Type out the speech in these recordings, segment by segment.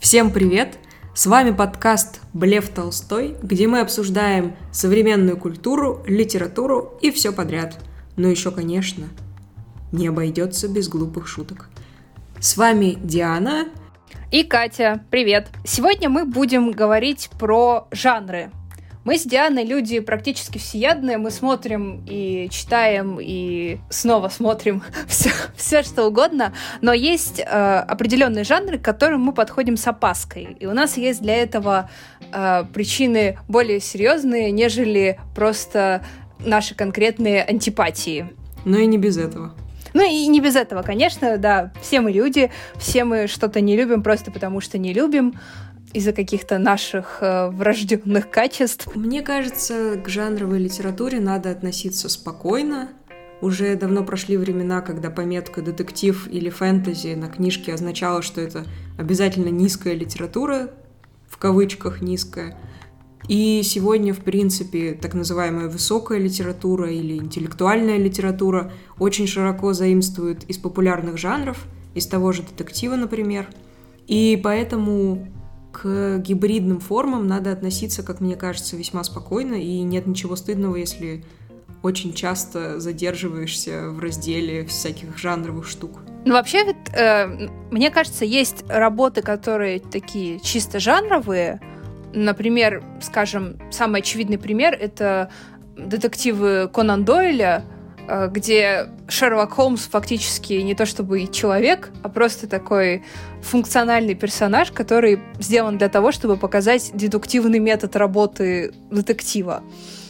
Всем привет! С вами подкаст «Блеф Толстой», где мы обсуждаем современную культуру, литературу и все подряд. Но еще, конечно, не обойдется без глупых шуток. С вами Диана и Катя. Привет! Сегодня мы будем говорить про жанры. Мы с Дианой люди практически всеядные, мы смотрим и читаем, и снова смотрим все что угодно, но есть определенные жанры, к которым мы подходим с опаской, и у нас есть для этого причины более серьезные, нежели просто наши конкретные антипатии. Но и не без этого. Ну и не без этого, конечно, да, все мы люди, все мы что-то не любим просто потому, что не любим, из-за каких-то наших врожденных качеств. Мне кажется, к жанровой литературе надо относиться спокойно. Уже давно прошли времена, когда пометка «детектив» или «фэнтези» на книжке означала, что это обязательно низкая литература, в кавычках низкая. И сегодня, в принципе, так называемая высокая литература или интеллектуальная литература очень широко заимствует из популярных жанров, из того же детектива, например. И поэтому к гибридным формам надо относиться, как мне кажется, весьма спокойно, и нет ничего стыдного, если очень часто задерживаешься в разделе всяких жанровых штук. Ну, вообще, мне кажется, есть работы, которые такие чисто жанровые. Например, скажем, самый очевидный пример — это детективы Конан Дойля, где Шерлок Холмс фактически не то чтобы человек, а просто такой функциональный персонаж, который сделан для того, чтобы показать дедуктивный метод работы детектива.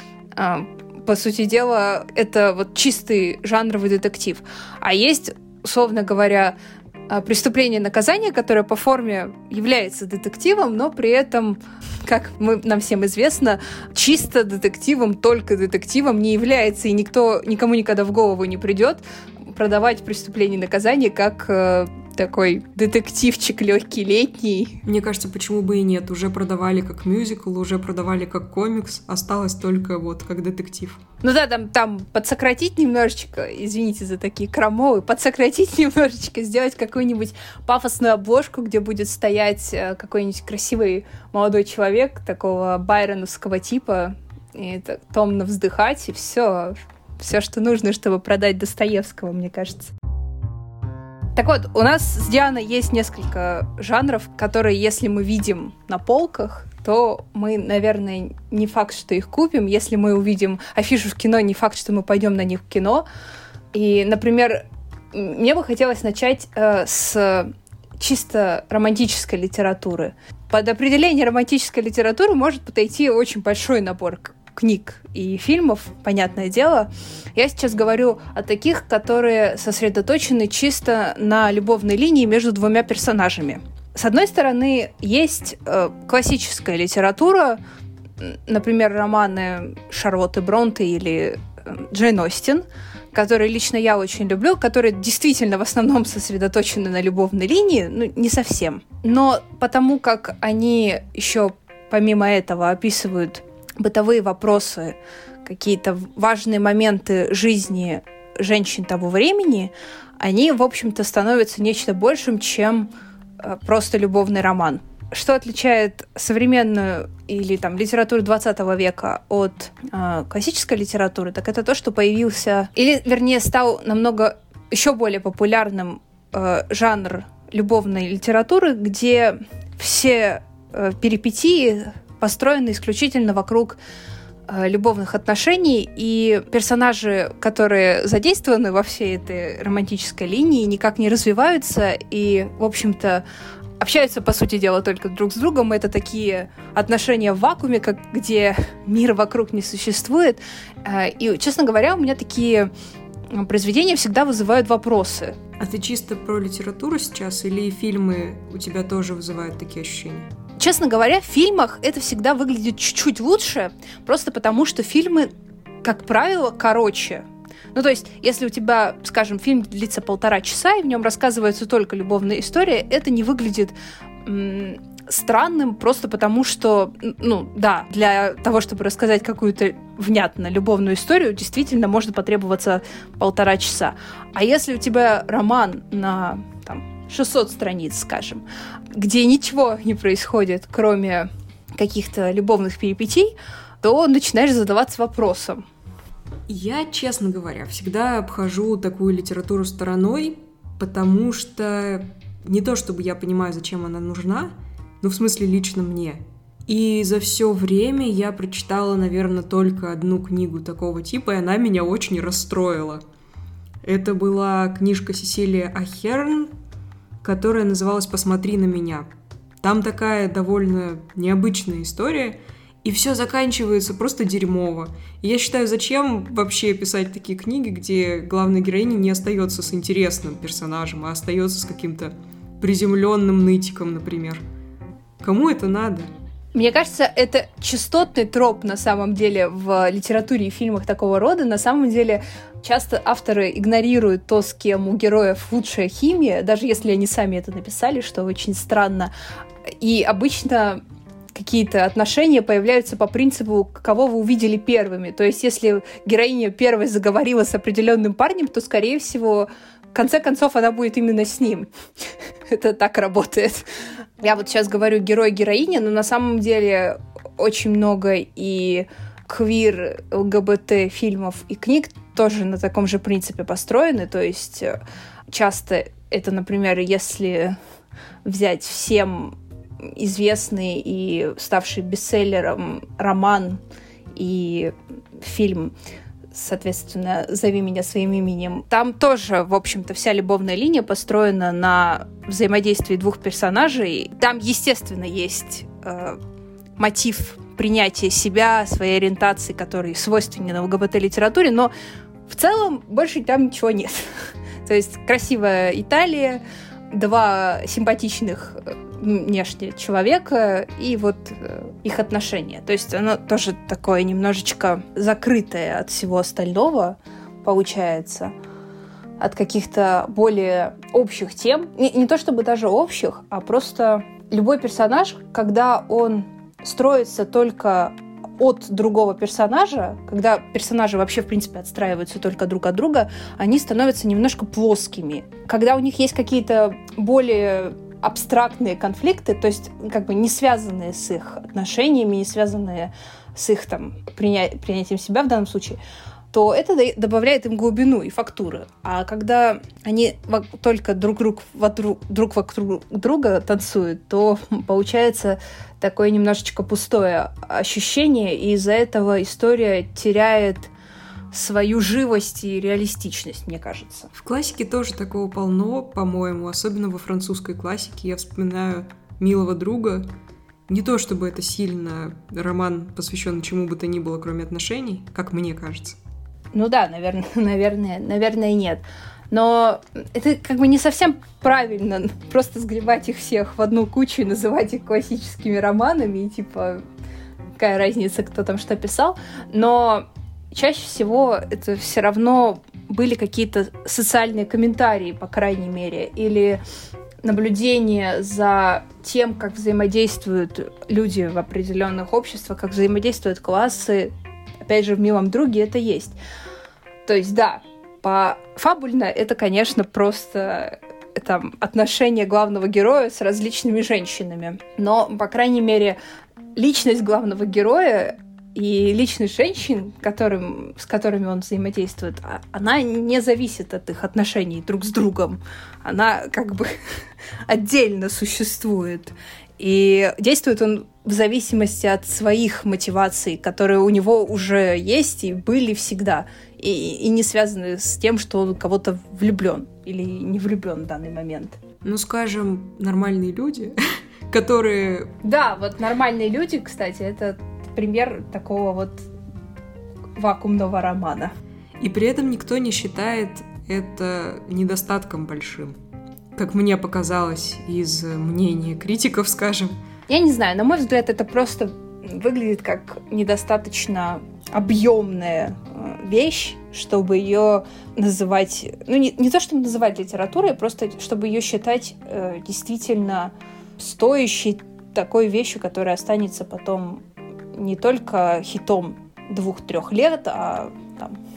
По сути дела, это вот чистый жанровый детектив. А есть, условно говоря, «Преступление и наказание», которое по форме является детективом, но при этом, как нам всем известно, чисто детективом, только детективом не является, и никому никогда в голову не придет продавать «Преступление и наказание» как такой детективчик легкий, летний. Мне кажется, почему бы и нет. Уже продавали как мюзикл, уже продавали как комикс, осталось только вот как детектив. Ну да, там подсократить немножечко, извините за такие крамолы, подсократить немножечко, сделать какую-нибудь пафосную обложку, где будет стоять какой-нибудь красивый молодой человек такого байроновского типа, и томно вздыхать, и все, что нужно, чтобы продать Достоевского, мне кажется. Так вот, у нас с Дианой есть несколько жанров, которые, если мы видим на полках, то мы, наверное, не факт, что их купим. Если мы увидим афишу в кино, не факт, что мы пойдем на них в кино. И, например, мне бы хотелось начать с чисто романтической литературы. Под определение романтической литературы может подойти очень большой набор книг и фильмов, понятное дело. Я сейчас говорю о таких, которые сосредоточены чисто на любовной линии между двумя персонажами. С одной стороны, есть классическая литература, например, романы Шарлотты Бронте или Джейн Остин, которые лично я очень люблю, которые действительно в основном сосредоточены на любовной линии, ну, не совсем. Но потому как они еще помимо этого описывают бытовые вопросы, какие-то важные моменты жизни женщин того времени, они, в общем-то, становятся нечто большим, чем просто любовный роман. Что отличает современную или там литературу 20 века от классической литературы, так это то, что появился, или, вернее, стал намного еще более популярным жанр любовной литературы, где все перипетии построены исключительно вокруг любовных отношений, и персонажи, которые задействованы во всей этой романтической линии, никак не развиваются и, в общем-то, общаются, по сути дела, только друг с другом. Это такие отношения в вакууме, где мир вокруг не существует. И, честно говоря, у меня такие произведения всегда вызывают вопросы. А ты чисто про литературу сейчас или фильмы у тебя тоже вызывают такие ощущения? Честно говоря, в фильмах это всегда выглядит чуть-чуть лучше, просто потому что фильмы, как правило, короче. Ну, то есть, если у тебя, скажем, фильм длится 1,5 часа, и в нем рассказывается только любовная история, это не выглядит странным просто потому, что, ну, да, для того, чтобы рассказать какую-то внятно любовную историю, действительно может потребоваться 1,5 часа. А если у тебя роман на 600 страниц, скажем, где ничего не происходит, кроме каких-то любовных перипетий, то начинаешь задаваться вопросом. Я, честно говоря, всегда обхожу такую литературу стороной, потому что не то чтобы я понимаю, зачем она нужна, но в смысле лично мне. И за все время я прочитала, наверное, только одну книгу такого типа, и она меня очень расстроила. Это была книжка Сесилии Ахерн, которая называлась «Посмотри на меня». Там такая довольно необычная история, и все заканчивается просто дерьмово. И я считаю, зачем вообще писать такие книги, где главная героиня не остается с интересным персонажем, а остается с каким-то приземленным нытиком, например. Кому это надо? Мне кажется, это частотный троп на самом деле в литературе и фильмах такого рода. На самом деле часто авторы игнорируют то, с кем у героев лучшая химия, даже если они сами это написали, что очень странно. И обычно какие-то отношения появляются по принципу, кого вы увидели первыми. То есть если героиня первой заговорила с определенным парнем, то, скорее всего, в конце концов она будет именно с ним. Это так работает. Я вот сейчас говорю герой-героиня, но на самом деле очень много и квир, ЛГБТ фильмов и книг тоже на таком же принципе построены. То есть часто это, например, если взять всем известный и ставший бестселлером роман и фильм, соответственно, «Зови меня своим именем». Там тоже, в общем-то, вся любовная линия построена на взаимодействии двух персонажей. Там, естественно, есть мотив принятия себя, своей ориентации, который свойственен ЛГБТ-литературе, но в целом больше там ничего нет. То есть красивая Италия, два симпатичных внешне человека и вот их отношения. То есть оно тоже такое немножечко закрытое от всего остального получается, от каких-то более общих тем. Не то чтобы даже общих, а просто любой персонаж, когда он строится только от другого персонажа, когда персонажи вообще, в принципе, отстраиваются только друг от друга, они становятся немножко плоскими. Когда у них есть какие-то более абстрактные конфликты, то есть как бы не связанные с их отношениями, не связанные с их там принятием себя в данном случае, то это добавляет им глубину и фактуры. А когда они только друг вокруг друга танцуют, то получается такое немножечко пустое ощущение, и из-за этого история теряет свою живость и реалистичность, мне кажется. В классике тоже такого полно, по-моему, особенно во французской классике. Я вспоминаю «Милого друга». Не то чтобы это сильно роман, посвященный чему бы то ни было, кроме отношений, как мне кажется. Ну да, наверное, нет. Но это как бы не совсем правильно просто сгребать их всех в одну кучу и называть их классическими романами, и типа, какая разница, кто там что писал. Но чаще всего это все равно были какие-то социальные комментарии, по крайней мере, или наблюдение за тем, как взаимодействуют люди в определенных обществах, как взаимодействуют классы. Опять же, в «Милом друге» это есть. То есть, да, фабульно это, конечно, просто там, отношения главного героя с различными женщинами. Но, по крайней мере, личность главного героя и личность женщин, с которыми он взаимодействует, она не зависит от их отношений друг с другом. Она как бы отдельно существует. И действует он в зависимости от своих мотиваций, которые у него уже есть и были всегда, и не связаны с тем, что он кого-то влюблен или не влюблен в данный момент. Ну, скажем, нормальные люди, которые... Да, вот нормальные люди, кстати, это пример такого вот вакуумного романа. И при этом никто не считает это недостатком большим, как мне показалось из мнения критиков, скажем. Я не знаю, на мой взгляд, это просто выглядит как недостаточно объемная вещь, чтобы ее называть... Ну, не то, чтобы называть литературой, просто чтобы ее считать действительно стоящей такой вещью, которая останется потом не только хитом 2-3 лет, а там,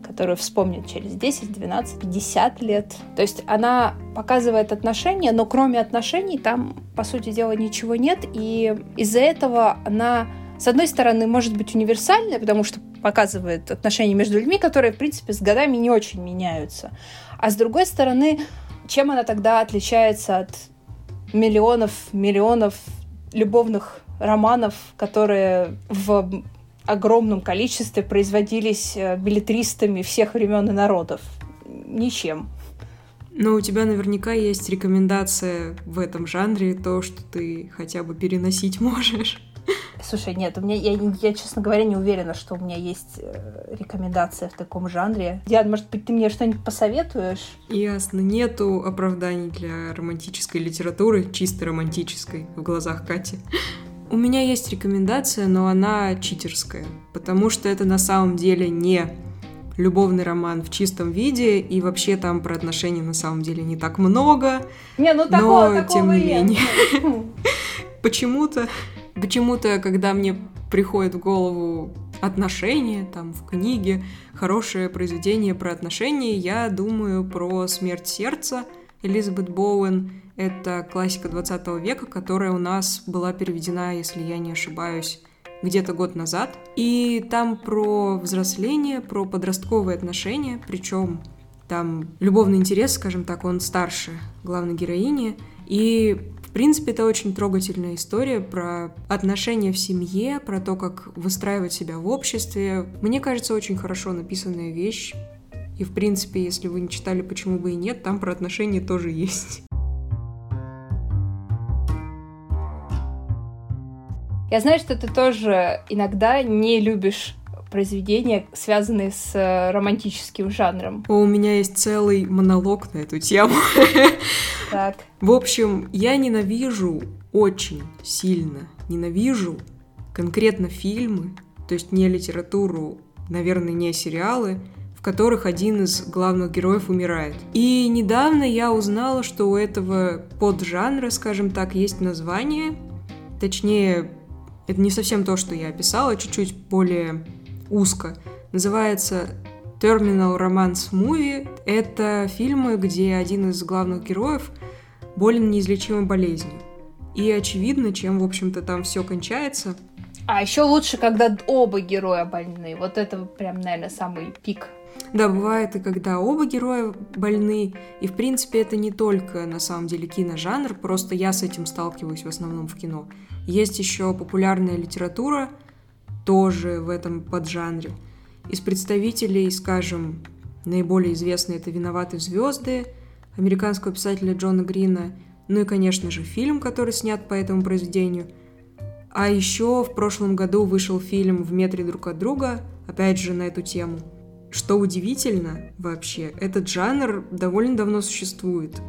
которую вспомнят через 10, 12, 50 лет. То есть она показывает отношения, но кроме отношений там, по сути дела, ничего нет, и из-за этого она, с одной стороны, может быть универсальная, потому что показывает отношения между людьми, которые, в принципе, с годами не очень меняются. А с другой стороны, чем она тогда отличается от миллионов любовных романов, которые в огромном количестве производились беллетристами всех времен и народов? Ничем. Но у тебя наверняка есть рекомендация в этом жанре, то, что ты хотя бы переносить можешь. Слушай, нет, у меня, я, честно говоря, не уверена, что у меня есть рекомендация в таком жанре. Диан, может быть, ты мне что-нибудь посоветуешь? Ясно, нету оправданий для романтической литературы, чисто романтической, в глазах Кати. У меня есть рекомендация, но она читерская, потому что это на самом деле не любовный роман в чистом виде, и вообще там про отношения на самом деле не так много. Не, ну такого тем не менее. Почему-то, когда мне приходит в голову отношения, там, в книге, хорошее произведение про отношения, я думаю про «Смерть сердца» Элизабет Боуэн. Это классика 20 века, которая у нас была переведена, если я не ошибаюсь, где-то год назад. И там про взросление, про подростковые отношения, причем там любовный интерес, скажем так, он старше главной героини. И в принципе, это очень трогательная история про отношения в семье, про то, как выстраивать себя в обществе. Мне кажется, очень хорошо написанная вещь. И, в принципе, если вы не читали «Почему бы и нет», там про отношения тоже есть. Я знаю, что ты тоже иногда не любишь произведения, связанные с романтическим жанром. У меня есть целый монолог на эту тему. Так. В общем, я ненавижу, очень сильно ненавижу конкретно фильмы, то есть не литературу, наверное, не сериалы, в которых один из главных героев умирает. И недавно я узнала, что у этого поджанра, скажем так, есть название. Точнее, это не совсем то, что я описала, чуть-чуть более узко. Называется Terminal Romance Movie. Это фильмы, где один из главных героев болен неизлечимой болезнью. И очевидно, чем, в общем-то, там все кончается. А еще лучше, когда оба героя больны. Вот это прям, наверное, самый пик. Да, бывает и когда оба героя больны. И, в принципе, это не только, на самом деле, киножанр. Просто я с этим сталкиваюсь в основном в кино. Есть еще популярная литература, тоже в этом поджанре. Из представителей, скажем, наиболее известные это «Виноваты звезды» американского писателя Джона Грина, ну и, конечно же, фильм, который снят по этому произведению. А еще в прошлом году вышел фильм «В метре друг от друга», опять же, на эту тему. Что удивительно вообще, этот жанр довольно давно существует.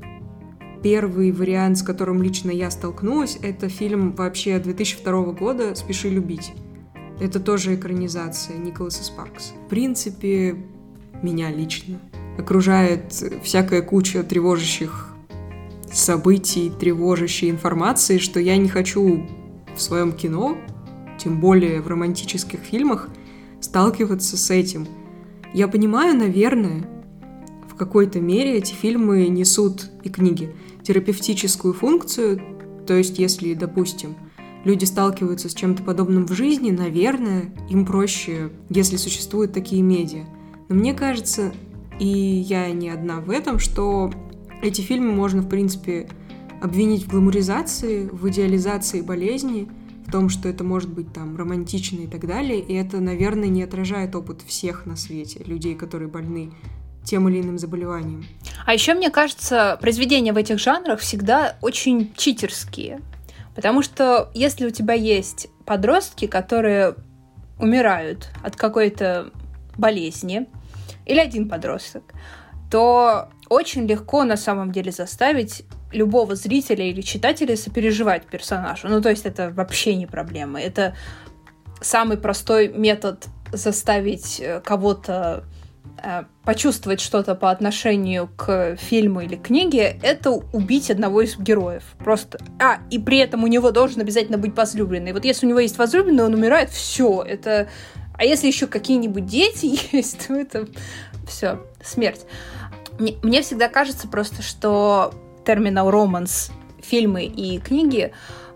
Первый вариант, с которым лично я столкнулась, это фильм вообще 2002 года «Спеши любить». Это тоже экранизация Николаса Спаркса. В принципе, меня лично окружает всякая куча тревожащих событий, тревожащей информации, что я не хочу в своем кино, тем более в романтических фильмах, сталкиваться с этим. Я понимаю, наверное, в какой-то мере эти фильмы несут, и книги, терапевтическую функцию, то есть если, допустим, люди сталкиваются с чем-то подобным в жизни, наверное, им проще, если существуют такие медиа. Но мне кажется, и я не одна в этом, что эти фильмы можно, в принципе, обвинить в гламуризации, в идеализации болезни, в том, что это может быть там романтично и так далее, и это, наверное, не отражает опыт всех на свете, людей, которые больны тем или иным заболеванием. А еще, мне кажется, произведения в этих жанрах всегда очень читерские. Потому что если у тебя есть подростки, которые умирают от какой-то болезни, или один подросток, то очень легко на самом деле заставить любого зрителя или читателя сопереживать персонажу. Ну, то есть это вообще не проблема. Это самый простой метод заставить кого-то почувствовать что-то по отношению к фильму или книге, это убить одного из героев. Просто. И при этом у него должен обязательно быть возлюбленный. Вот если у него есть возлюбленный, он умирает, все. Это А если еще какие-нибудь дети есть, то это все, смерть. Мне всегда кажется просто, что терминал романс, фильмы и книги,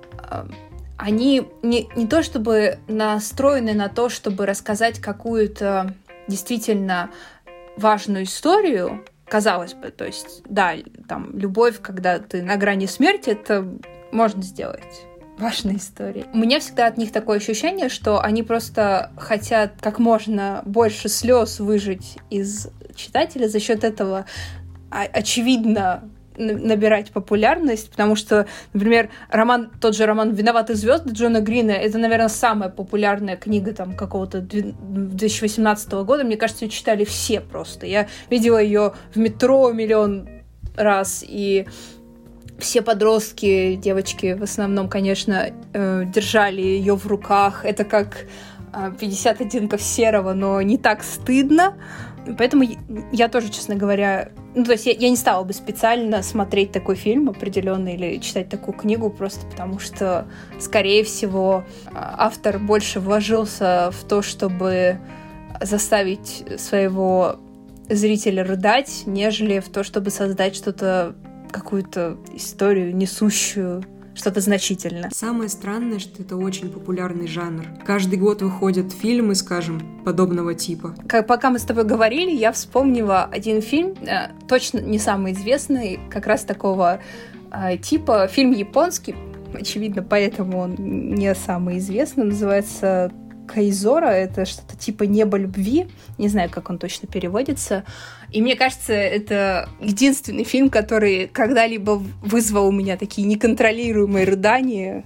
они не то чтобы настроены на то, чтобы рассказать какую-то действительно важную историю, казалось бы, то есть, да, там, любовь, когда ты на грани смерти, это можно сделать. Важная история. У меня всегда от них такое ощущение, что они просто хотят как можно больше слез выжать из читателя, за счет этого, очевидно, набирать популярность, потому что, например, тот же роман «Виноваты звезды» Джона Грина — это, наверное, самая популярная книга там какого-то 2018 года. Мне кажется, ее читали все просто. Я видела ее в метро миллион раз, и все подростки, девочки в основном, конечно, держали ее в руках. Это как 50 оттенков серого, но не так стыдно. Поэтому я тоже, честно говоря... Ну, то есть я не стала бы специально смотреть такой фильм определенный или читать такую книгу, просто потому что, скорее всего, автор больше вложился в то, чтобы заставить своего зрителя рыдать, нежели в то, чтобы создать что-то, какую-то историю несущую что-то значительное. Самое странное, что это очень популярный жанр. Каждый год выходят фильмы, скажем, подобного типа. Пока мы с тобой говорили, я вспомнила один фильм, точно не самый известный, как раз такого типа. Фильм японский, очевидно, поэтому он не самый известный. Называется «Кайзора». Это что-то типа «Небо любви». Не знаю, как он точно переводится. И мне кажется, это единственный фильм, который когда-либо вызвал у меня такие неконтролируемые рыдания.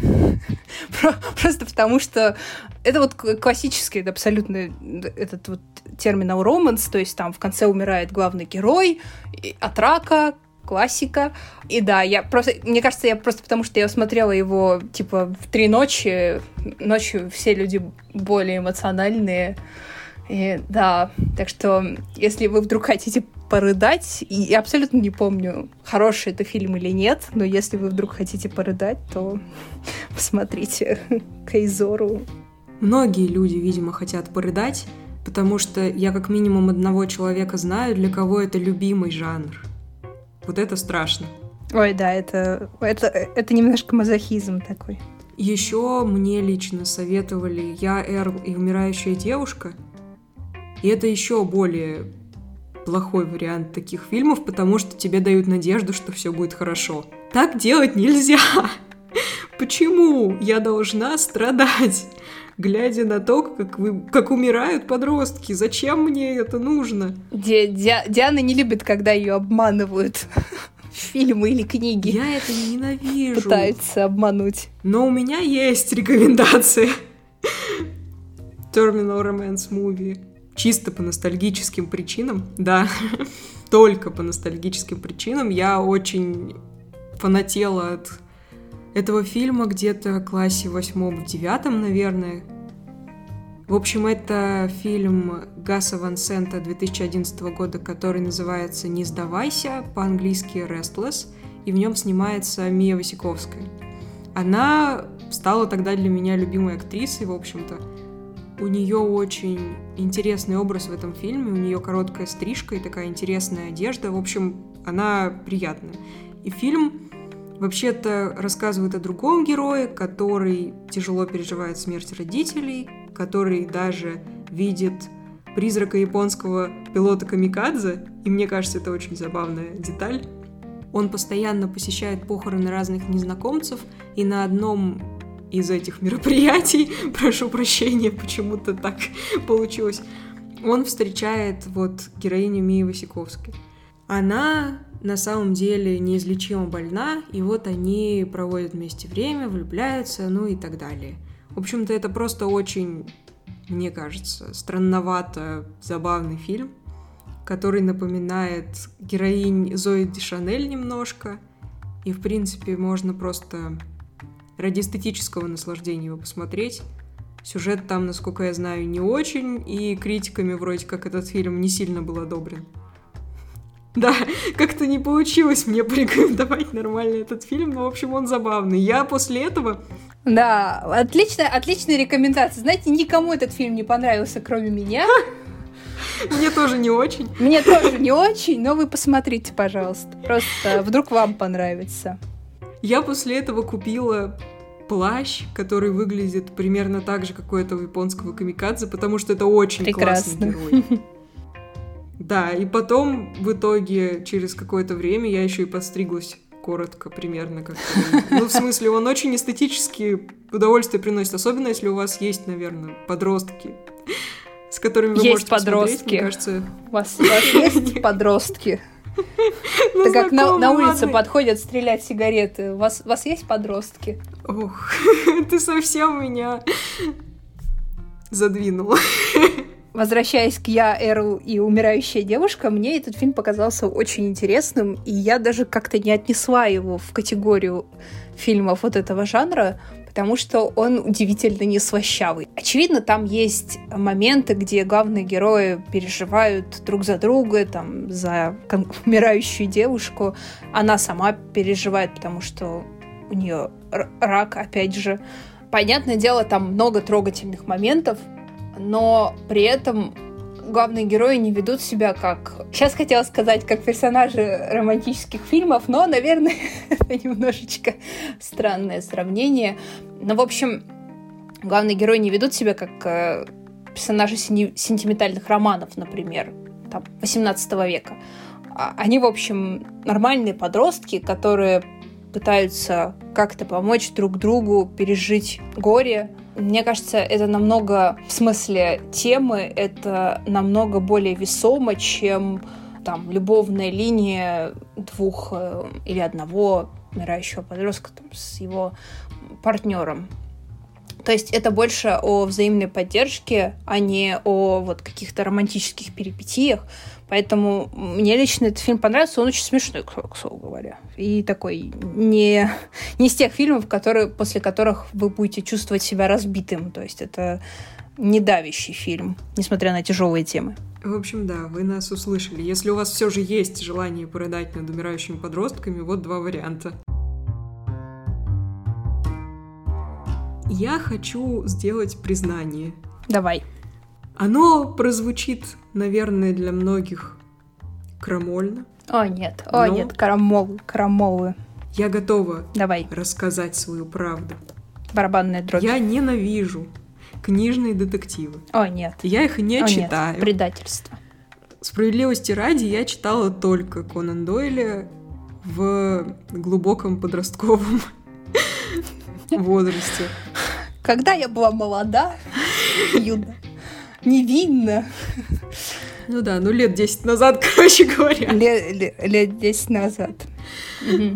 Просто потому что это вот классический, это абсолютно этот вот терминал романс, то есть там в конце умирает главный герой от рака, классика. И да, мне кажется, я просто потому что я смотрела его типа в 3 ночи, ночью все люди более эмоциональные. И да, так что если вы вдруг хотите порыдать, и я абсолютно не помню, хороший это фильм или нет, но если вы вдруг хотите порыдать, то посмотрите «Кайзору». Многие люди, видимо, хотят порыдать, потому что я как минимум одного человека знаю, для кого это любимый жанр. Вот это страшно. Ой, да, это немножко мазохизм такой. Еще мне лично советовали «Я, Эрл и умирающая девушка». И это еще более плохой вариант таких фильмов, потому что тебе дают надежду, что все будет хорошо. Так делать нельзя. Почему я должна страдать, глядя на то, как умирают подростки? Зачем мне это нужно? Диана не любит, когда ее обманывают. Фильмы или книги. Я это ненавижу. Пытаются обмануть. Но у меня есть рекомендации. Terminal Romance Movie. Чисто по ностальгическим причинам, да, только по ностальгическим причинам я очень фанатела от этого фильма где-то в классе 8-9, наверное. В общем, это фильм Гаса Ван Сента 2011 года, который называется «Не сдавайся», по-английски «Restless», и в нем снимается Мия Васиковская. Она стала тогда для меня любимой актрисой, в общем-то. У нее очень интересный образ в этом фильме, у нее короткая стрижка и такая интересная одежда. В общем, она приятная. И фильм вообще-то рассказывает о другом герое, который тяжело переживает смерть родителей, который даже видит призрака японского пилота камикадзе, и мне кажется, это очень забавная деталь. Он постоянно посещает похороны разных незнакомцев, и на одном из этих мероприятий, прошу прощения, почему-то так получилось, он встречает вот героиню Мии Васиковской. Она на самом деле неизлечимо больна, и вот они проводят вместе время, влюбляются, ну и так далее. В общем-то, это просто очень, мне кажется, странновато забавный фильм, который напоминает героинь Зои Дешанель немножко, и, в принципе, можно просто ради эстетического наслаждения его посмотреть. Сюжет там, насколько я знаю, не очень, и критиками вроде как этот фильм не сильно был одобрен. Да, как-то не получилось мне порекомендовать нормально этот фильм, но, в общем, он забавный. Я после этого... Да, отличная рекомендация. Знаете, никому этот фильм не понравился, кроме меня. Мне тоже не очень. Мне тоже не очень, но вы посмотрите, пожалуйста. Просто вдруг вам понравится. Я после этого купила плащ, который выглядит примерно так же, как у этого японского камикадзе, потому что это очень классный герой. Да, и потом, в итоге, через какое-то время я еще и подстриглась коротко, примерно как-то. Ну, в смысле, он очень эстетически удовольствие приносит, особенно если у вас есть, наверное, подростки, с которыми вы можете посмотреть, мне кажется... У вас есть подростки? Это как на улице подходят стрелять сигареты. У вас есть подростки? Ох, ты совсем меня задвинула. Возвращаясь к «Я, Эрл и умирающая девушка», мне этот фильм показался очень интересным, и я даже как-то не отнесла его в категорию фильмов вот этого жанра, потому что он удивительно неслащавый. Очевидно, там есть моменты, где главные герои переживают друг за друга, там, за умирающую девушку. Она сама переживает, потому что у нее рак, опять же. Понятное дело, там много трогательных моментов, но при этом главные герои не ведут себя как... Сейчас хотела сказать, как персонажи романтических фильмов, но, наверное, это немножечко странное сравнение. Но, в общем, главные герои не ведут себя как персонажи сентиментальных романов, например, там, 18 века. Они, в общем, нормальные подростки, которые пытаются как-то помочь друг другу пережить горе. Мне кажется, это намного, в смысле темы, это намного более весомо, чем там любовная линия двух или одного умирающего подростка там, с его партнером. То есть это больше о взаимной поддержке, а не о вот каких-то романтических перипетиях. Поэтому мне лично этот фильм понравился. Он очень смешной, к слову говоря. И такой не из тех фильмов, после которых вы будете чувствовать себя разбитым. То есть это не давящий фильм, несмотря на тяжелые темы. В общем, да, вы нас услышали. Если у вас все же есть желание порыдать над умирающими подростками, вот два варианта. Я хочу сделать признание. Давай. Оно прозвучит, наверное, для многих крамольно. О, нет, крамолы. Я готова Давай. Рассказать свою правду. Барабанная дробь. Я ненавижу книжные детективы. О, нет. Я их не читаю. Нет, предательство. Справедливости ради, я читала только Конан Дойля в глубоком подростковом возрасте. Когда я была молода, юна, невинна. Ну да, лет 10 назад, короче говоря. Лет 10 назад. Угу.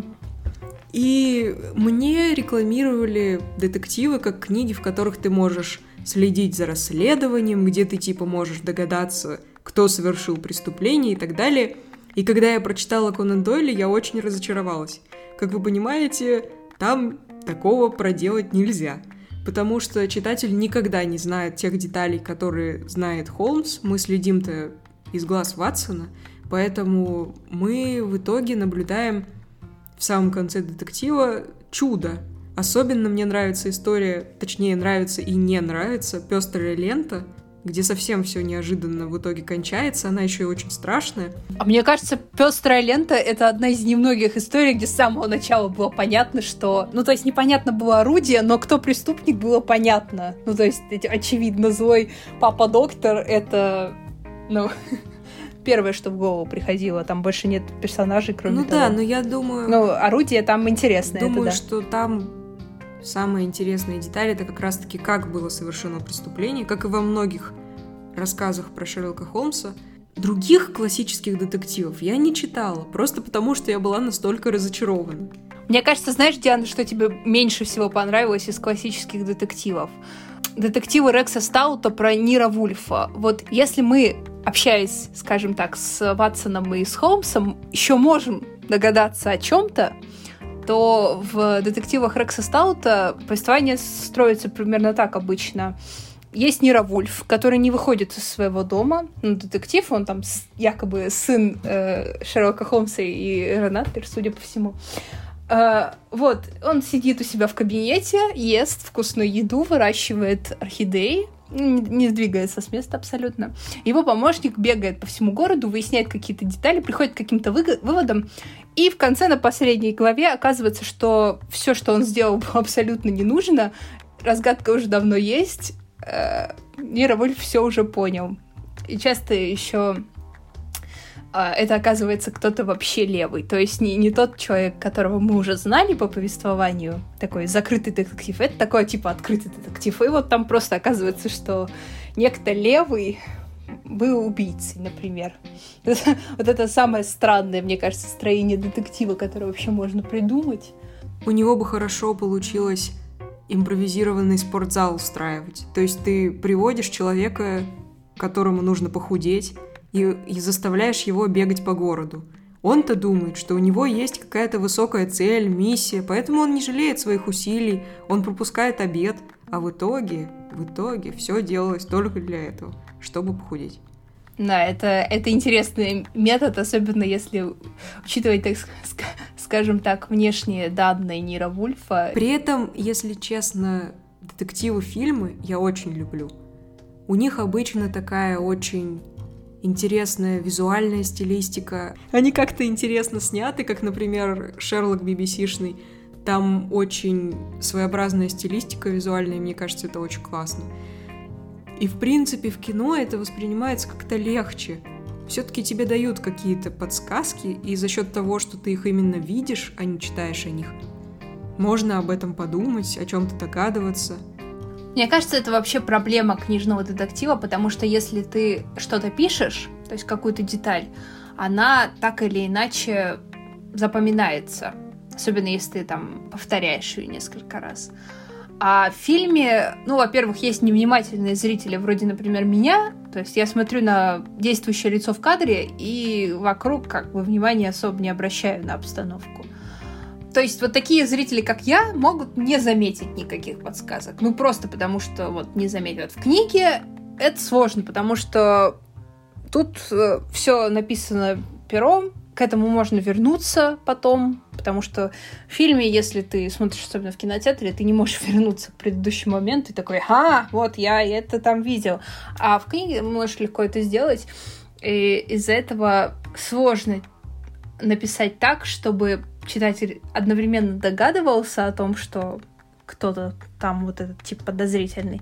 И мне рекламировали детективы как книги, в которых ты можешь следить за расследованием, где ты типа можешь догадаться, кто совершил преступление и так далее. И когда я прочитала Конан Дойля, я очень разочаровалась. Как вы понимаете, там такого проделать нельзя. Потому что читатель никогда не знает тех деталей, которые знает Холмс. Мы следим-то из глаз Ватсона, поэтому мы в итоге наблюдаем в самом конце детектива чудо. Особенно мне нравится история, точнее, нравится и не нравится «Пестрая лента», где совсем все неожиданно в итоге кончается, она еще и очень страшная. А мне кажется, «Пестрая лента» — это одна из немногих историй, где с самого начала было понятно, что... Ну, то есть непонятно было орудие, но кто преступник, было понятно. Ну, то есть, очевидно, злой папа-доктор — это... Ну, первое, что в голову приходило. Там больше нет персонажей, кроме того. Ну да, но я думаю... Ну, орудие там интересное. Думаю, это да. что там самая интересная деталь — это как раз-таки как было совершено преступление, как и во многих рассказах про Шерлока Холмса. Других классических детективов я не читала, просто потому что я была настолько разочарована. Мне кажется, знаешь, Диана, что тебе меньше всего понравилось из классических детективов? Детективы Рекса Стаута про Ниро Вульфа. Вот если мы, общаясь, скажем так, с Ватсоном и с Холмсом, еще можем догадаться о чем-то, то в детективах Рекса Стаута повествование строится примерно так обычно. есть Ниро Вульф, который не выходит из своего дома. Ну, детектив, он там якобы сын Шерлока Холмса и Ренаттер, судя по всему. Вот, он сидит у себя в кабинете, ест вкусную еду, выращивает орхидеи, не сдвигается с места абсолютно. Его помощник бегает по всему городу, выясняет какие-то детали, приходит к каким-то выводам, и в конце, на последней главе, оказывается, что все, что он сделал, было абсолютно не нужно, разгадка уже давно есть, Ниро Вульф все уже понял. И часто еще это оказывается кто-то вообще левый. То есть не тот человек, которого мы уже знали по повествованию, такой закрытый детектив, это такой типа открытый детектив. И вот там просто оказывается, что некто левый был убийцей, например. Вот это самое странное, мне кажется, строение детектива, которое вообще можно придумать. У него бы хорошо получилось импровизированный спортзал устраивать. То есть ты приводишь человека, которому нужно похудеть, и заставляешь его бегать по городу. Он-то думает, что у него есть какая-то высокая цель, миссия, поэтому он не жалеет своих усилий, он пропускает обед, а в итоге все делалось только для этого, чтобы похудеть. Да, это интересный метод, особенно если учитывать, так скажем так, внешние данные Ниро Вульфа. При этом, если честно, детективы-фильмы я очень люблю. У них обычно такая очень интересная визуальная стилистика. Они как-то интересно сняты, как, например, Шерлок BBC-шный. Там очень своеобразная стилистика визуальная, и мне кажется, это очень классно. И, в принципе, в кино это воспринимается как-то легче. Все-таки тебе дают какие-то подсказки, и за счет того, что ты их именно видишь, а не читаешь о них, можно об этом подумать, о чем-то догадываться. Мне кажется, это вообще проблема книжного детектива, потому что если ты что-то пишешь, то есть какую-то деталь, она так или иначе запоминается. Особенно если ты там повторяешь ее несколько раз. А в фильме, ну, во-первых, есть невнимательные зрители, вроде, например, меня. То есть я смотрю на действующее лицо в кадре и вокруг как бы внимания особо не обращаю на обстановку. То есть вот такие зрители, как я, могут не заметить никаких подсказок. Ну, просто потому что вот не заметят. В книге это сложно, потому что тут все написано пером, к этому можно вернуться потом, потому что в фильме, если ты смотришь, особенно в кинотеатре, ты не можешь вернуться к предыдущему моменту и такой, вот я это там видел. А в книге можешь легко это сделать, и из-за этого сложно написать так, чтобы читатель одновременно догадывался о том, что кто-то там вот этот тип подозрительный,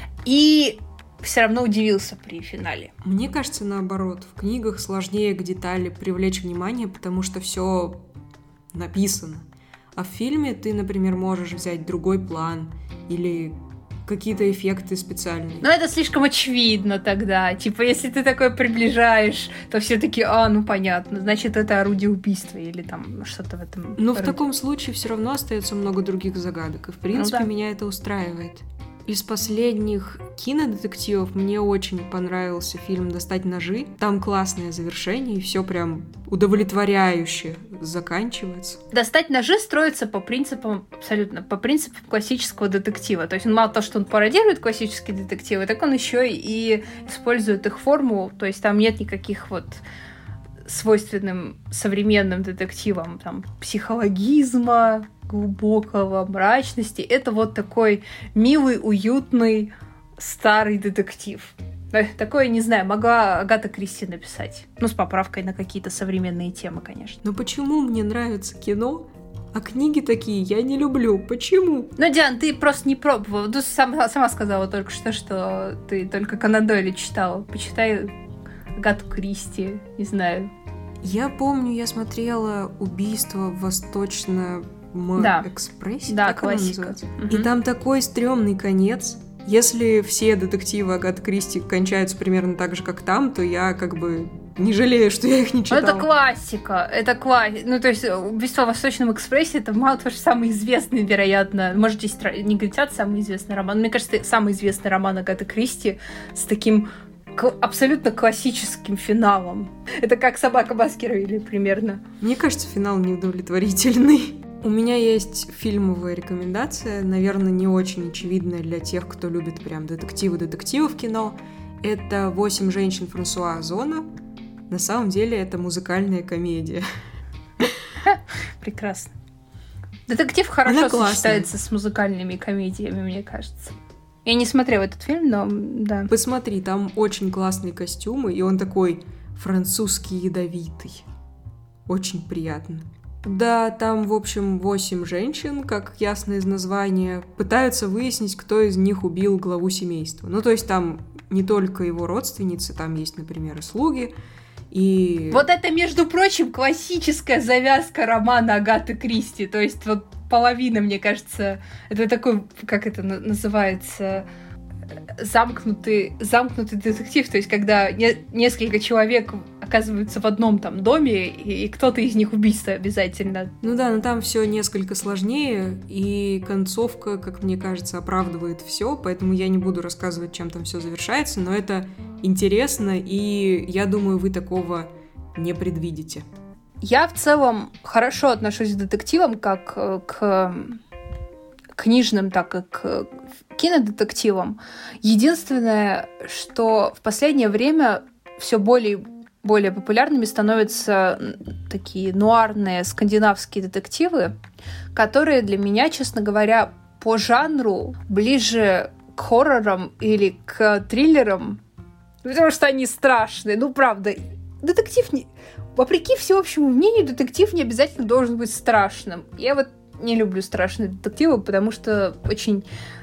и все равно удивился при финале. Мне кажется, наоборот, в книгах сложнее к детали привлечь внимание, потому что все написано. А в фильме ты, например, можешь взять другой план или какие-то эффекты специальные. Но это слишком очевидно тогда. Типа, если ты такое приближаешь, то все такие, ну понятно, значит, это орудие убийства или там что-то в этом. Но в таком случае все равно остается много других загадок. И, в принципе, меня это устраивает. Из последних кинодетективов мне очень понравился фильм «Достать ножи». Там классное завершение, и все прям удовлетворяюще заканчивается. «Достать ножи» строится по принципам классического детектива. То есть он мало того, что он пародирует классические детективы, так он еще и использует их форму. То есть там нет никаких вот свойственным современным детективам там психологизма, глубокого, мрачности. Это вот такой милый, уютный, старый детектив. Такое, не знаю, могла Агата Кристи написать. Ну, с поправкой на какие-то современные темы, конечно. Но почему мне нравится кино, а книги такие я не люблю? Почему? Ну, Диан, ты просто не пробовала. Ты сама сказала только что ты только Конан Дойля читала. Почитай Агату Кристи, не знаю. Я помню, я смотрела «Убийство в Восточном экспрессе». Да, классика. И там такой стрёмный конец. Если все детективы Агаты Кристи кончаются примерно так же, как там, то я как бы не жалею, что я их не читала. Это классика. Ну, то есть «Убийство в Восточном экспрессе» — это мало того, что самый известный, вероятно, может, здесь не говорят самый известный роман, мне кажется, это самый известный роман Агаты Кристи с таким абсолютно классическим финалом. Это как «Собака Баскервилей» примерно. Мне кажется, финал неудовлетворительный. У меня есть фильмовая рекомендация, наверное, не очень очевидная для тех, кто любит прям детективы в кино. Это «8 женщин» Франсуа Озона. На самом деле это музыкальная комедия. Прекрасно. Детектив хорошо сочетается с музыкальными комедиями, мне кажется. Я не смотрела этот фильм, но да. Посмотри, там очень классные костюмы, и он такой французский ядовитый. Очень приятно. Да, там, в общем, 8 женщин, как ясно из названия, пытаются выяснить, кто из них убил главу семейства. Ну, то есть там не только его родственницы, там есть, например, и слуги, и... Вот это, между прочим, классическая завязка романа Агаты Кристи. То есть вот половина, мне кажется, это такой, как это называется... замкнутый детектив, то есть когда несколько человек оказываются в одном там доме, и кто-то из них убийца обязательно. Ну да, но там все несколько сложнее, и концовка, как мне кажется, оправдывает все, поэтому я не буду рассказывать, чем там все завершается, но это интересно, и я думаю, вы такого не предвидите. Я в целом хорошо отношусь к детективам, как к книжным, так и к кинодетективам. Единственное, что в последнее время все более популярными становятся такие нуарные скандинавские детективы, которые для меня, честно говоря, по жанру ближе к хоррорам или к триллерам, потому что они страшные. Ну, правда, детектив не... Вопреки всеобщему мнению, детектив не обязательно должен быть страшным. Я вот не люблю страшные детективы, потому что очень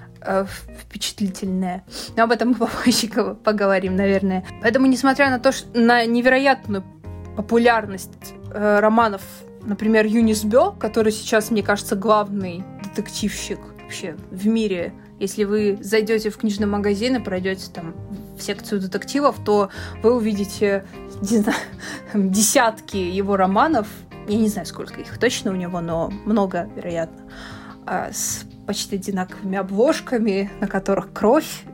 впечатлительные. Но об этом мы попозже поговорим, наверное. Поэтому, несмотря на невероятную популярность романов, например, Юнис Бё, который сейчас, мне кажется, главный детективщик вообще в мире. Если вы зайдете в книжный магазин и пройдете там в секцию детективов, то вы увидите, не знаю, десятки его романов. Я не знаю, сколько их точно у него, но много, вероятно. С почти одинаковыми обложками, на которых кровь.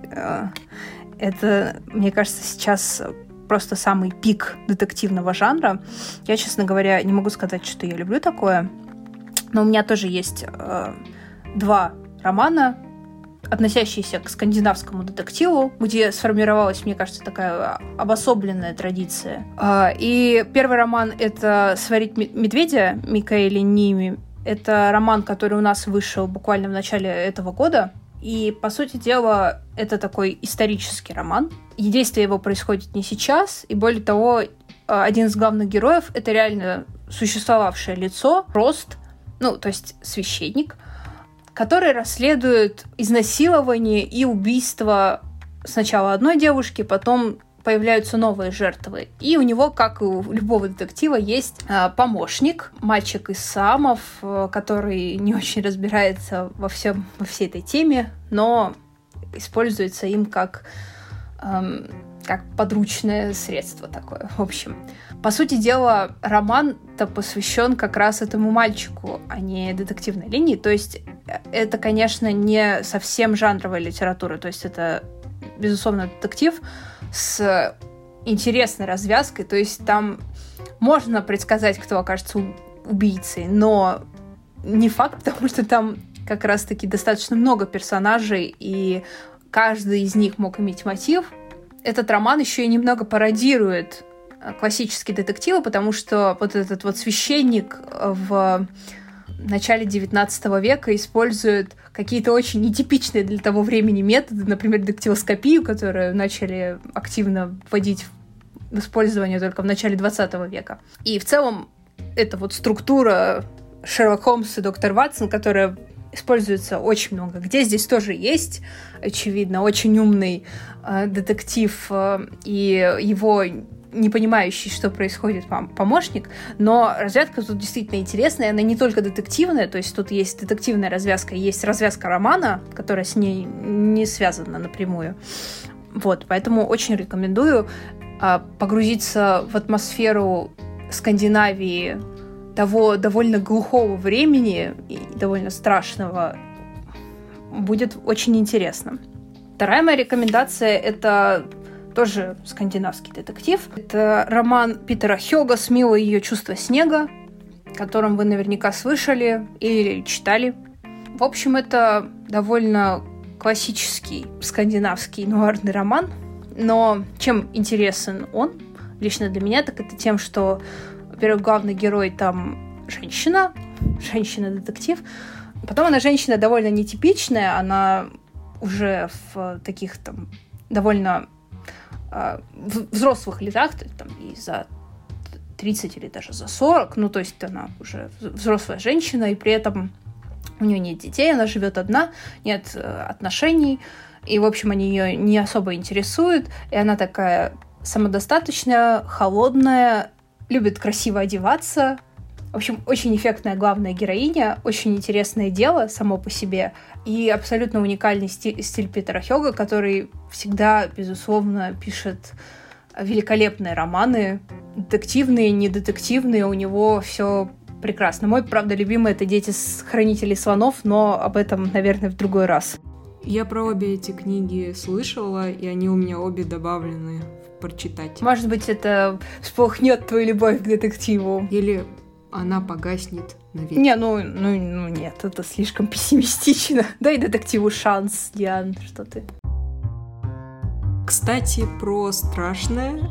Это, мне кажется, сейчас просто самый пик детективного жанра. Я, честно говоря, не могу сказать, что я люблю такое. Но у меня тоже есть 2 романа, относящиеся к скандинавскому детективу, где сформировалась, мне кажется, такая обособленная традиция. И первый роман — это «Сварить медведя» Микаэля Ними. Это роман, который у нас вышел буквально в начале этого года. И, по сути дела, это такой исторический роман. И действие его происходит не сейчас. И, более того, один из главных героев — это реально существовавшее лицо, Рост, ну, то есть священник, который расследует изнасилование и убийство сначала одной девушки, потом появляются новые жертвы. И у него, как и у любого детектива, есть помощник, мальчик из Саамов, который не очень разбирается во всей этой теме, но используется им как подручное средство такое. В общем, по сути дела, роман-то посвящен как раз этому мальчику, а не детективной линии. То есть это, конечно, не совсем жанровая литература. То есть это, безусловно, детектив с интересной развязкой. То есть там можно предсказать, кто окажется убийцей, но не факт, потому что там как раз-таки достаточно много персонажей, и каждый из них мог иметь мотив. Этот роман еще и немного пародирует классические детективы, потому что вот этот вот священник в начале 19 века использует какие-то очень нетипичные для того времени методы, например, дактилоскопию, которую начали активно вводить в использование только в начале 20 века. И в целом эта вот структура Шерлок Холмс и доктор Ватсон, которая используется очень много где. Здесь тоже есть, очевидно, очень умный детектив и его не понимающий, что происходит, помощник, но развязка тут действительно интересная, она не только детективная, то есть тут есть детективная развязка, есть развязка романа, которая с ней не связана напрямую. Вот, поэтому очень рекомендую погрузиться в атмосферу Скандинавии, того довольно глухого времени и довольно страшного. Будет очень интересно. Вторая моя рекомендация — это тоже скандинавский детектив. Это роман Питера Хёга «Смила и ее чувство снега», котором вы наверняка слышали или читали. В общем, это довольно классический скандинавский нуарный роман, но чем интересен он, лично для меня, так это тем, что, во-первых, главный герой там женщина-детектив, потом она женщина довольно нетипичная, она уже в таких там довольно взрослых летах, то есть там и за 30 или даже за 40, ну, то есть она уже взрослая женщина, и при этом у нее нет детей, она живет одна, нет отношений, и, в общем, они ее не особо интересуют, и она такая самодостаточная, холодная, любит красиво одеваться. В общем, очень эффектная главная героиня, очень интересное дело само по себе, и абсолютно уникальный стиль Питера Хёга, который всегда, безусловно, пишет великолепные романы, детективные, недетективные, у него все прекрасно. Мой, правда, любимый — это «Дети хранителей слонов», но об этом, наверное, в другой раз. Я про обе эти книги слышала, и они у меня обе добавлены в прочитать. Может быть, это всполохнет твою любовь к детективу. Или она погаснет навеки. Не, ну нет, это слишком пессимистично. Дай детективу шанс, Диан, что ты. Кстати, про страшное.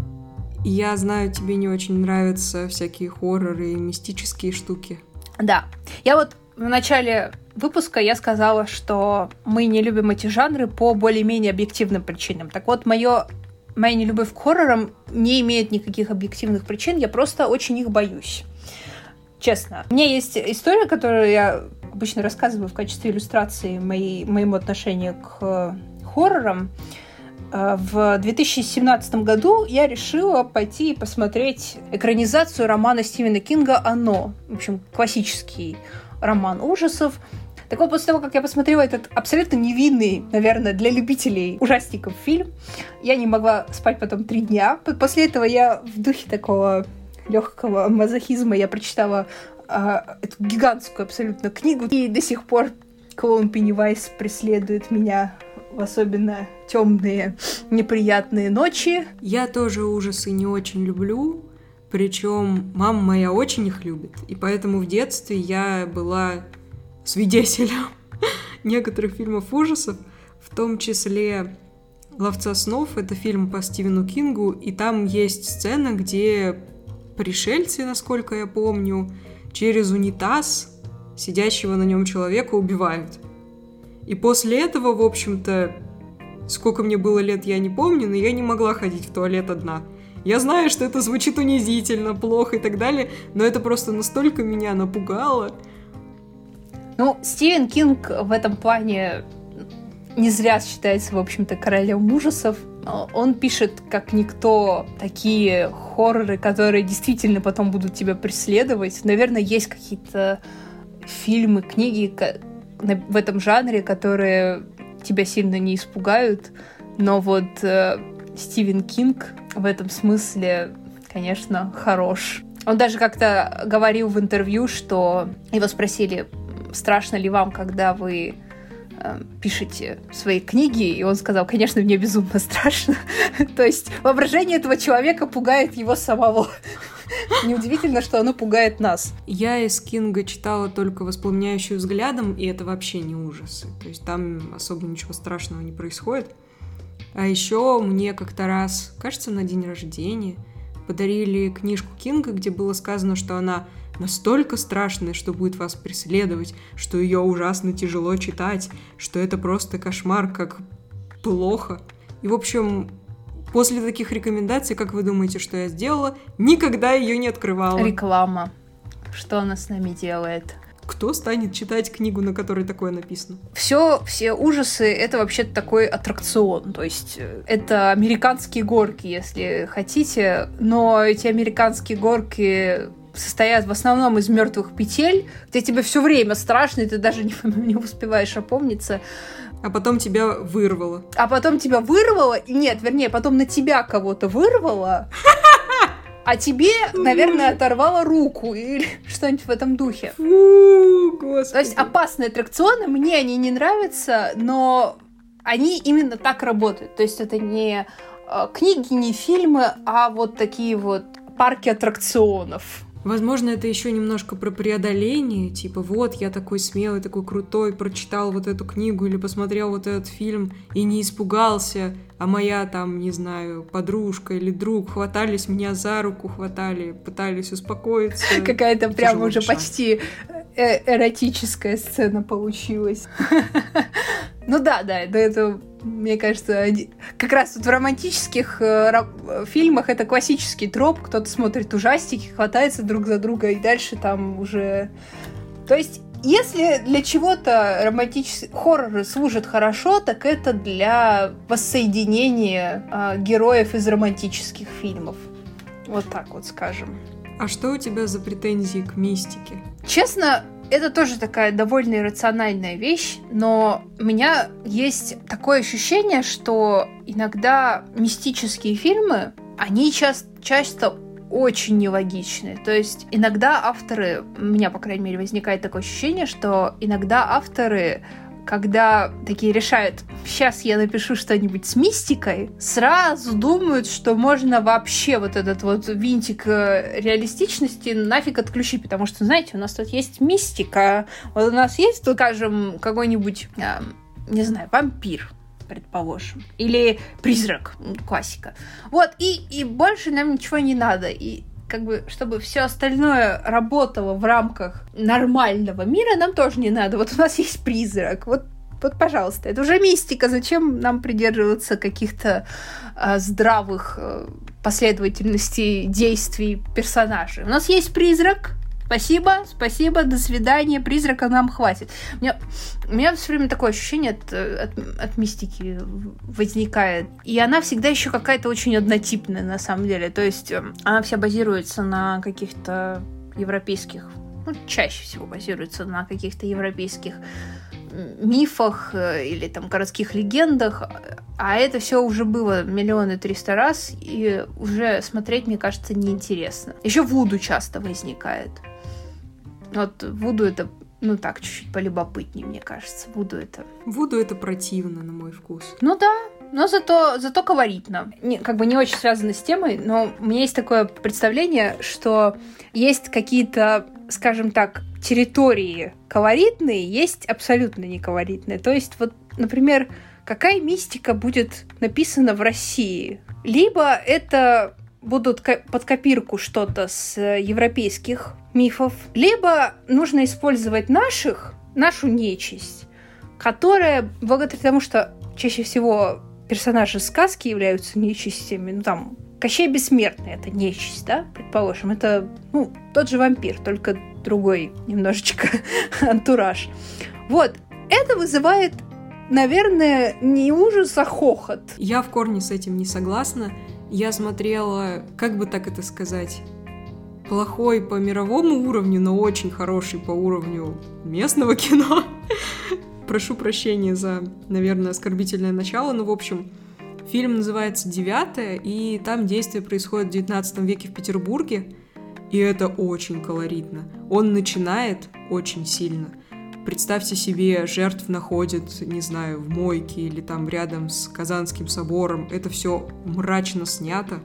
Я знаю, тебе не очень нравятся всякие хорроры и мистические штуки. Да. Я вот в начале выпуска я сказала, что мы не любим эти жанры по более-менее объективным причинам. Так вот, моя нелюбовь к хоррорам не имеет никаких объективных причин, я просто очень их боюсь. Честно. У меня есть история, которую я обычно рассказываю в качестве иллюстрации моему отношению к хоррорам. В 2017 году я решила пойти и посмотреть экранизацию романа Стивена Кинга «Оно». В общем, классический роман ужасов. Так вот, после того, как я посмотрела этот абсолютно невинный, наверное, для любителей ужастиков фильм, я не могла спать потом 3 дня. После этого я в духе такого легкого мазохизма я прочитала эту гигантскую абсолютно книгу. И до сих пор клоун Пеннивайз преследует меня в особенно темные, неприятные ночи. Я тоже ужасы не очень люблю, причем мама моя очень их любит, и поэтому в детстве я была свидетелем некоторых фильмов ужасов, в том числе «Ловца снов». Это фильм по Стивену Кингу, и там есть сцена, где пришельцы, насколько я помню, через унитаз сидящего на нем человека убивают. И после этого, в общем-то, сколько мне было лет, я не помню, но я не могла ходить в туалет одна. Я знаю, что это звучит унизительно, плохо и так далее, но это просто настолько меня напугало. Ну, Стивен Кинг в этом плане не зря считается, в общем-то, королем ужасов. Он пишет, как никто, такие хорроры, которые действительно потом будут тебя преследовать. Наверное, есть какие-то фильмы, книги в этом жанре, которые тебя сильно не испугают, но вот Стивен Кинг в этом смысле, конечно, хорош. Он даже как-то говорил в интервью, что его спросили, страшно ли вам, когда вы пишете свои книги, и он сказал, конечно, мне безумно страшно. То есть воображение этого человека пугает его самого. Неудивительно, что оно пугает нас. Я из Кинга читала только «Воспламеняющую взглядом», и это вообще не ужасы. То есть там особо ничего страшного не происходит. А еще мне как-то раз, кажется, на день рождения подарили книжку Кинга, где было сказано, что она настолько страшная, что будет вас преследовать, что ее ужасно тяжело читать, что это просто кошмар, как плохо. И, в общем, после таких рекомендаций, как вы думаете, что я сделала? Никогда ее не открывала. Реклама. Что она с нами делает? Кто станет читать книгу, на которой такое написано? Все ужасы — это вообще-то такой аттракцион. То есть это американские горки, если хотите. Но эти американские горки состоят в основном из мертвых петель, где тебе все время страшно, и ты даже не успеваешь опомниться. А потом тебя вырвало. Нет, вернее, потом на тебя кого-то вырвало, а тебе, наверное, оторвало руку или что-нибудь в этом духе. Фу, господи. То есть опасные аттракционы, мне они не нравятся, но они именно так работают. То есть это не книги, не фильмы, а вот такие вот парки аттракционов. Возможно, это еще немножко про преодоление, типа вот я такой смелый, такой крутой, прочитал вот эту книгу или посмотрел вот этот фильм и не испугался, а моя там, не знаю, подружка или друг хватались меня за руку, хватали, пытались успокоиться. Какая-то прям уже почти эротическая сцена получилась. Ну да, это, мне кажется, как раз вот в романтических фильмах это классический троп, кто-то смотрит ужастики, хватается друг за друга, и дальше там уже... То есть, если для чего-то романтический хоррор служит хорошо, так это для воссоединения героев из романтических фильмов. Вот так вот скажем. А что у тебя за претензии к мистике? Честно, это тоже такая довольно иррациональная вещь, но у меня есть такое ощущение, что иногда мистические фильмы, они часто очень нелогичны. То есть иногда авторы, у меня, по крайней мере, возникает такое ощущение, что иногда авторы, когда такие решают, сейчас я напишу что-нибудь с мистикой, сразу думают, что можно вообще вот этот вот винтик реалистичности нафиг отключить, потому что, знаете, у нас тут есть мистика, вот у нас есть, тут, скажем, какой-нибудь, не знаю, вампир, предположим, или призрак, классика. Вот, и больше нам ничего не надо, и как бы, чтобы все остальное работало в рамках нормального мира, нам тоже не надо. Вот у нас есть призрак. Вот, пожалуйста, это уже мистика. Зачем нам придерживаться каких-то здравых последовательностей действий персонажей? У нас есть призрак. Спасибо, до свидания. Призрака нам хватит. У меня все время такое ощущение от мистики возникает. И она всегда еще какая-то очень однотипная, на самом деле. То есть она вся базируется на каких-то европейских, чаще всего базируется на каких-то европейских мифах или там городских легендах. А это все уже было 1 300 000 раз, и уже смотреть, мне кажется, неинтересно. Еще вуду часто возникает. Вот вуду это, так, чуть-чуть полюбопытнее, мне кажется. Вуду это противно, на мой вкус. Ну да, но зато колоритно. Как бы не очень связано с темой, но у меня есть такое представление, что есть какие-то, скажем так, территории колоритные, есть абсолютно неколоритные. То есть, вот, например, какая мистика будет написана в России? Либо это будут под копирку что-то с европейских мифов, либо нужно использовать нашу нечисть, которая, благодаря тому, что чаще всего персонажи сказки являются нечистями, там, Кощей Бессмертный — это нечисть, да, предположим, это, тот же вампир, только другой немножечко антураж. Вот, это вызывает, наверное, не ужас, а хохот. Я в корне с этим не согласна. Я смотрела, как бы так это сказать, плохой по мировому уровню, но очень хороший по уровню местного кино. Прошу прощения за, наверное, оскорбительное начало, но, в общем, фильм называется «Девятое», и там действие происходит в 19 веке в Петербурге, и это очень колоритно. Он начинает очень сильно. Представьте себе, жертв находят, не знаю, в мойке или там рядом с Казанским собором. Это все мрачно снято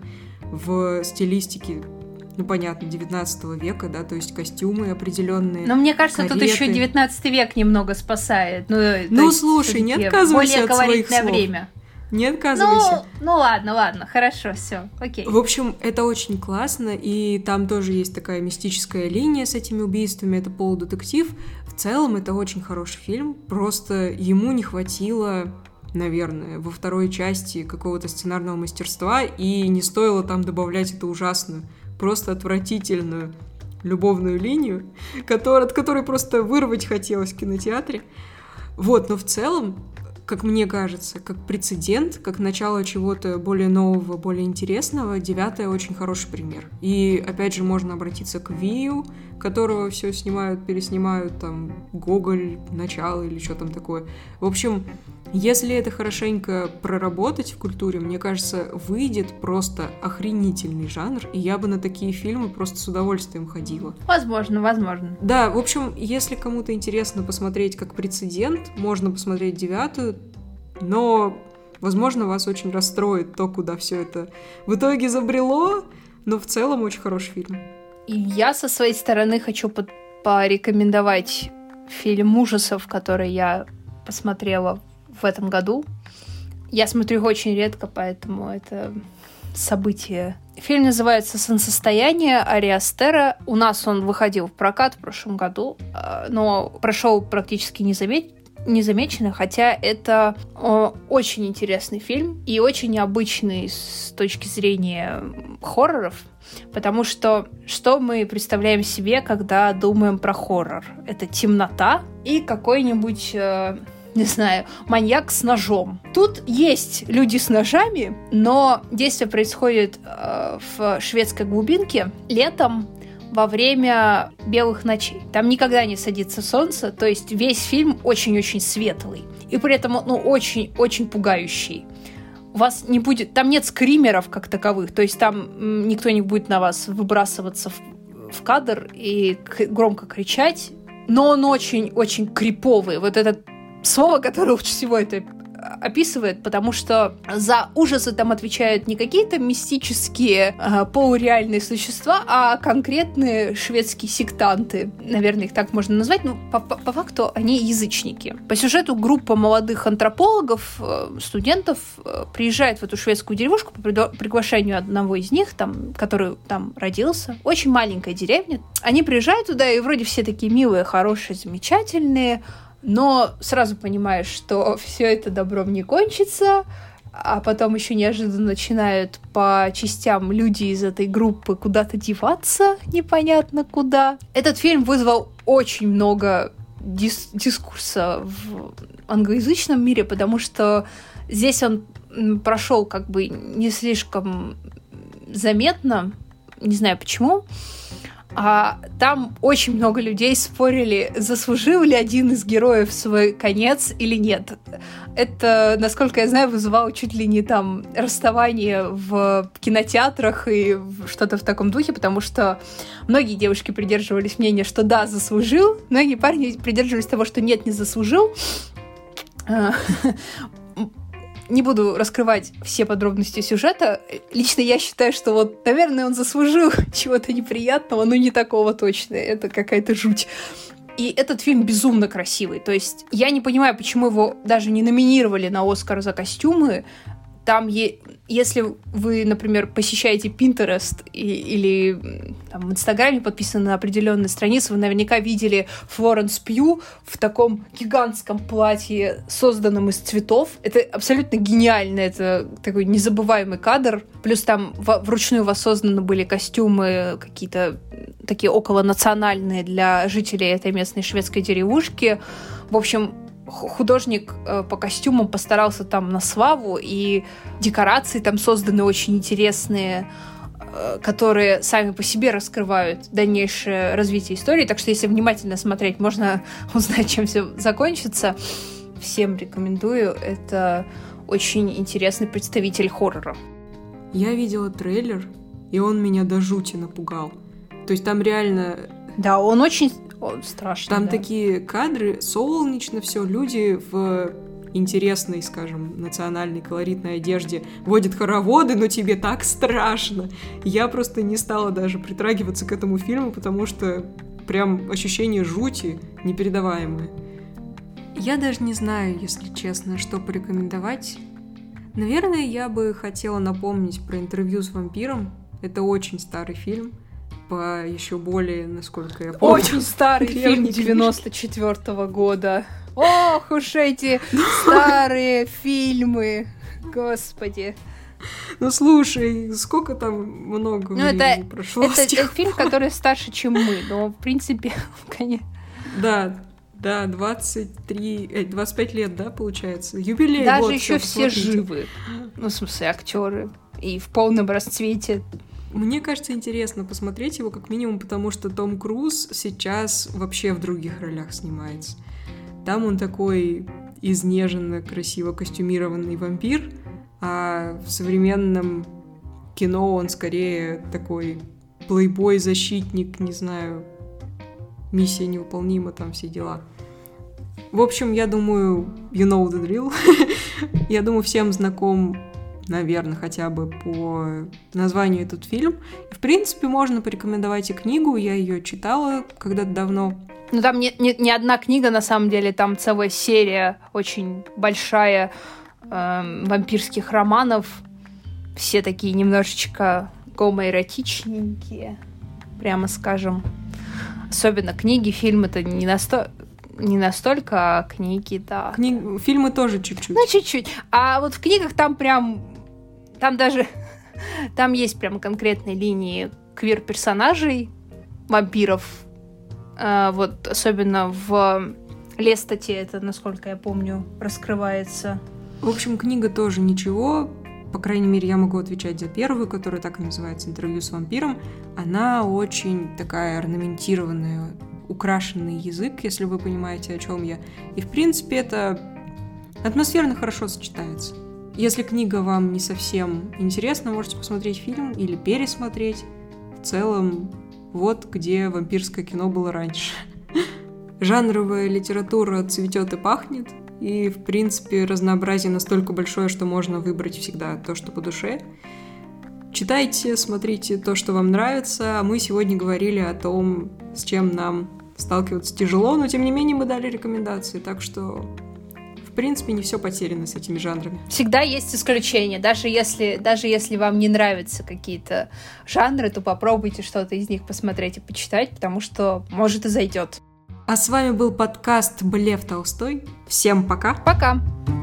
в стилистике, понятно, 19 века, да, то есть костюмы определенные. Но мне кажется, кареты. Тут еще 19 век немного спасает. Слушай, не отказывайся от своих слов. Время. Не отказывайся. Ладно, хорошо, все, окей. В общем, это очень классно, и там тоже есть такая мистическая линия с этими убийствами, это полудетектив. В целом, это очень хороший фильм, просто ему не хватило, наверное, во второй части какого-то сценарного мастерства, и не стоило там добавлять эту ужасную, просто отвратительную любовную линию, от которой просто вырвать хотелось в кинотеатре. Вот, но в целом, как мне кажется, как прецедент, как начало чего-то более нового, более интересного, «Девятое» очень хороший пример. И, опять же, можно обратиться к Вию, которого все снимают, переснимают, там, Гоголь, начало или что там такое. В общем, если это хорошенько проработать в культуре, мне кажется, выйдет просто охренительный жанр, и я бы на такие фильмы просто с удовольствием ходила. Возможно. Да, в общем, если кому-то интересно посмотреть как прецедент, можно посмотреть «Девятую», но, возможно, вас очень расстроит то, куда все это в итоге забрело, но в целом очень хороший фильм. И я со своей стороны хочу порекомендовать фильм ужасов, который я посмотрела в этом году. Я смотрю их очень редко, поэтому это событие. Фильм называется «Солнцестояние» Ари Астера. У нас он выходил в прокат в прошлом году, но прошел практически незамеченно, хотя это очень интересный фильм и очень необычный с точки зрения хорроров, потому что мы представляем себе, когда думаем про хоррор? Это темнота и какой-нибудь... не знаю, маньяк с ножом. Тут есть люди с ножами, но действие происходит в шведской глубинке летом во время белых ночей. Там никогда не садится солнце, то есть весь фильм очень-очень светлый. И при этом, очень-очень пугающий. У вас не будет... Там нет скримеров как таковых, то есть там никто не будет на вас выбрасываться в кадр и громко кричать, но он очень-очень криповый. Вот этот слово, которое лучше всего это описывает, потому что за ужасы там отвечают не какие-то мистические полуреальные существа, а конкретные шведские сектанты. Наверное, их так можно назвать. Но по факту они язычники. По сюжету группа молодых антропологов, студентов приезжает в эту шведскую деревушку по приглашению одного из них, который там родился. Очень маленькая деревня. Они приезжают туда, и вроде все такие милые, хорошие, замечательные, но сразу понимаешь, что все это добром не кончится, а потом еще неожиданно начинают по частям люди из этой группы куда-то деваться, непонятно куда. Этот фильм вызвал очень много дискурса в англоязычном мире, потому что здесь он прошел как бы не слишком заметно, не знаю почему. А там очень много людей спорили, заслужил ли один из героев свой конец или нет. Это, насколько я знаю, вызывало чуть ли не там расставание в кинотеатрах и что-то в таком духе, потому что многие девушки придерживались мнения, что да, заслужил, многие парни придерживались того, что нет, не заслужил. Не буду раскрывать все подробности сюжета. Лично я считаю, что вот, наверное, он заслужил чего-то неприятного, но не такого точно. Это какая-то жуть. И этот фильм безумно красивый. То есть я не понимаю, почему его даже не номинировали на «Оскар» за костюмы. Там, если вы, например, посещаете Pinterest или там, в Инстаграме подписаны на определенные страницы, вы наверняка видели Флоренс Пью в таком гигантском платье, созданном из цветов. Это абсолютно гениально, это такой незабываемый кадр. Плюс там вручную воссозданы были костюмы какие-то такие околонациональные для жителей этой местной шведской деревушки. В общем, художник по костюмам постарался там на славу, и декорации там созданы очень интересные, которые сами по себе раскрывают дальнейшее развитие истории. Так что, если внимательно смотреть, можно узнать, чем все закончится. Всем рекомендую. Это очень интересный представитель хоррора. Я видела трейлер, и он меня до жути напугал. То есть там реально... Да, он очень... страшно. Там да. такие кадры, солнечно все, люди в интересной, скажем, национальной колоритной одежде водят хороводы, но тебе так страшно. Я просто не стала даже притрагиваться к этому фильму, потому что прям ощущение жути непередаваемое. Я даже не знаю, если честно, что порекомендовать. Наверное, я бы хотела напомнить про интервью с вампиром. Это очень старый фильм. По еще более, насколько я помню. Очень старый фильм 94-го года. Ох уж эти старые фильмы. Господи. Ну слушай, сколько там много времени прошло. Это фильм, который старше, чем мы, но в принципе, конечно. Да, 25 лет, да, получается? Юбилей. Даже вот, еще все живы. Ну, в смысле, актеры. И в полном расцвете. Мне кажется, интересно посмотреть его, как минимум, потому что Том Круз сейчас вообще в других ролях снимается. Там он такой изнеженно, красиво костюмированный вампир, а в современном кино он скорее такой плейбой-защитник, не знаю, миссия невыполнима, там все дела. В общем, я думаю, you know the drill. Я думаю, всем знаком наверное, хотя бы по названию этот фильм. В принципе, можно порекомендовать и книгу, я ее читала когда-то давно. Ну, там не одна книга, на самом деле, там целая серия очень большая вампирских романов. Все такие немножечко гомоэротичненькие, прямо скажем. Особенно книги, фильмы-то не настолько, а книги, да. Фильмы тоже чуть-чуть. Ну, чуть-чуть. А вот в книгах там прям... Там даже... Там есть прям конкретные линии квир-персонажей, вампиров. Вот особенно в Лестате это, насколько я помню, раскрывается. В общем, книга тоже ничего. По крайней мере, я могу отвечать за первую, которая так и называется «Интервью с вампиром». Она очень такая орнаментированная, украшенный язык, если вы понимаете, о чем я. И, в принципе, это атмосферно хорошо сочетается. Если книга вам не совсем интересна, можете посмотреть фильм или пересмотреть. В целом, вот где вампирское кино было раньше. Жанровая литература цветет и пахнет. И, в принципе, разнообразие настолько большое, что можно выбрать всегда то, что по душе. Читайте, смотрите то, что вам нравится. А мы сегодня говорили о том, с чем нам сталкиваться тяжело, но, тем не менее, мы дали рекомендации. Так что, в принципе, не все потеряно с этими жанрами. Всегда есть исключения. Даже если вам не нравятся какие-то жанры, то попробуйте что-то из них посмотреть и почитать, потому что, может, и зайдет. А с вами был подкаст «Блеф Толстой». Всем пока! Пока!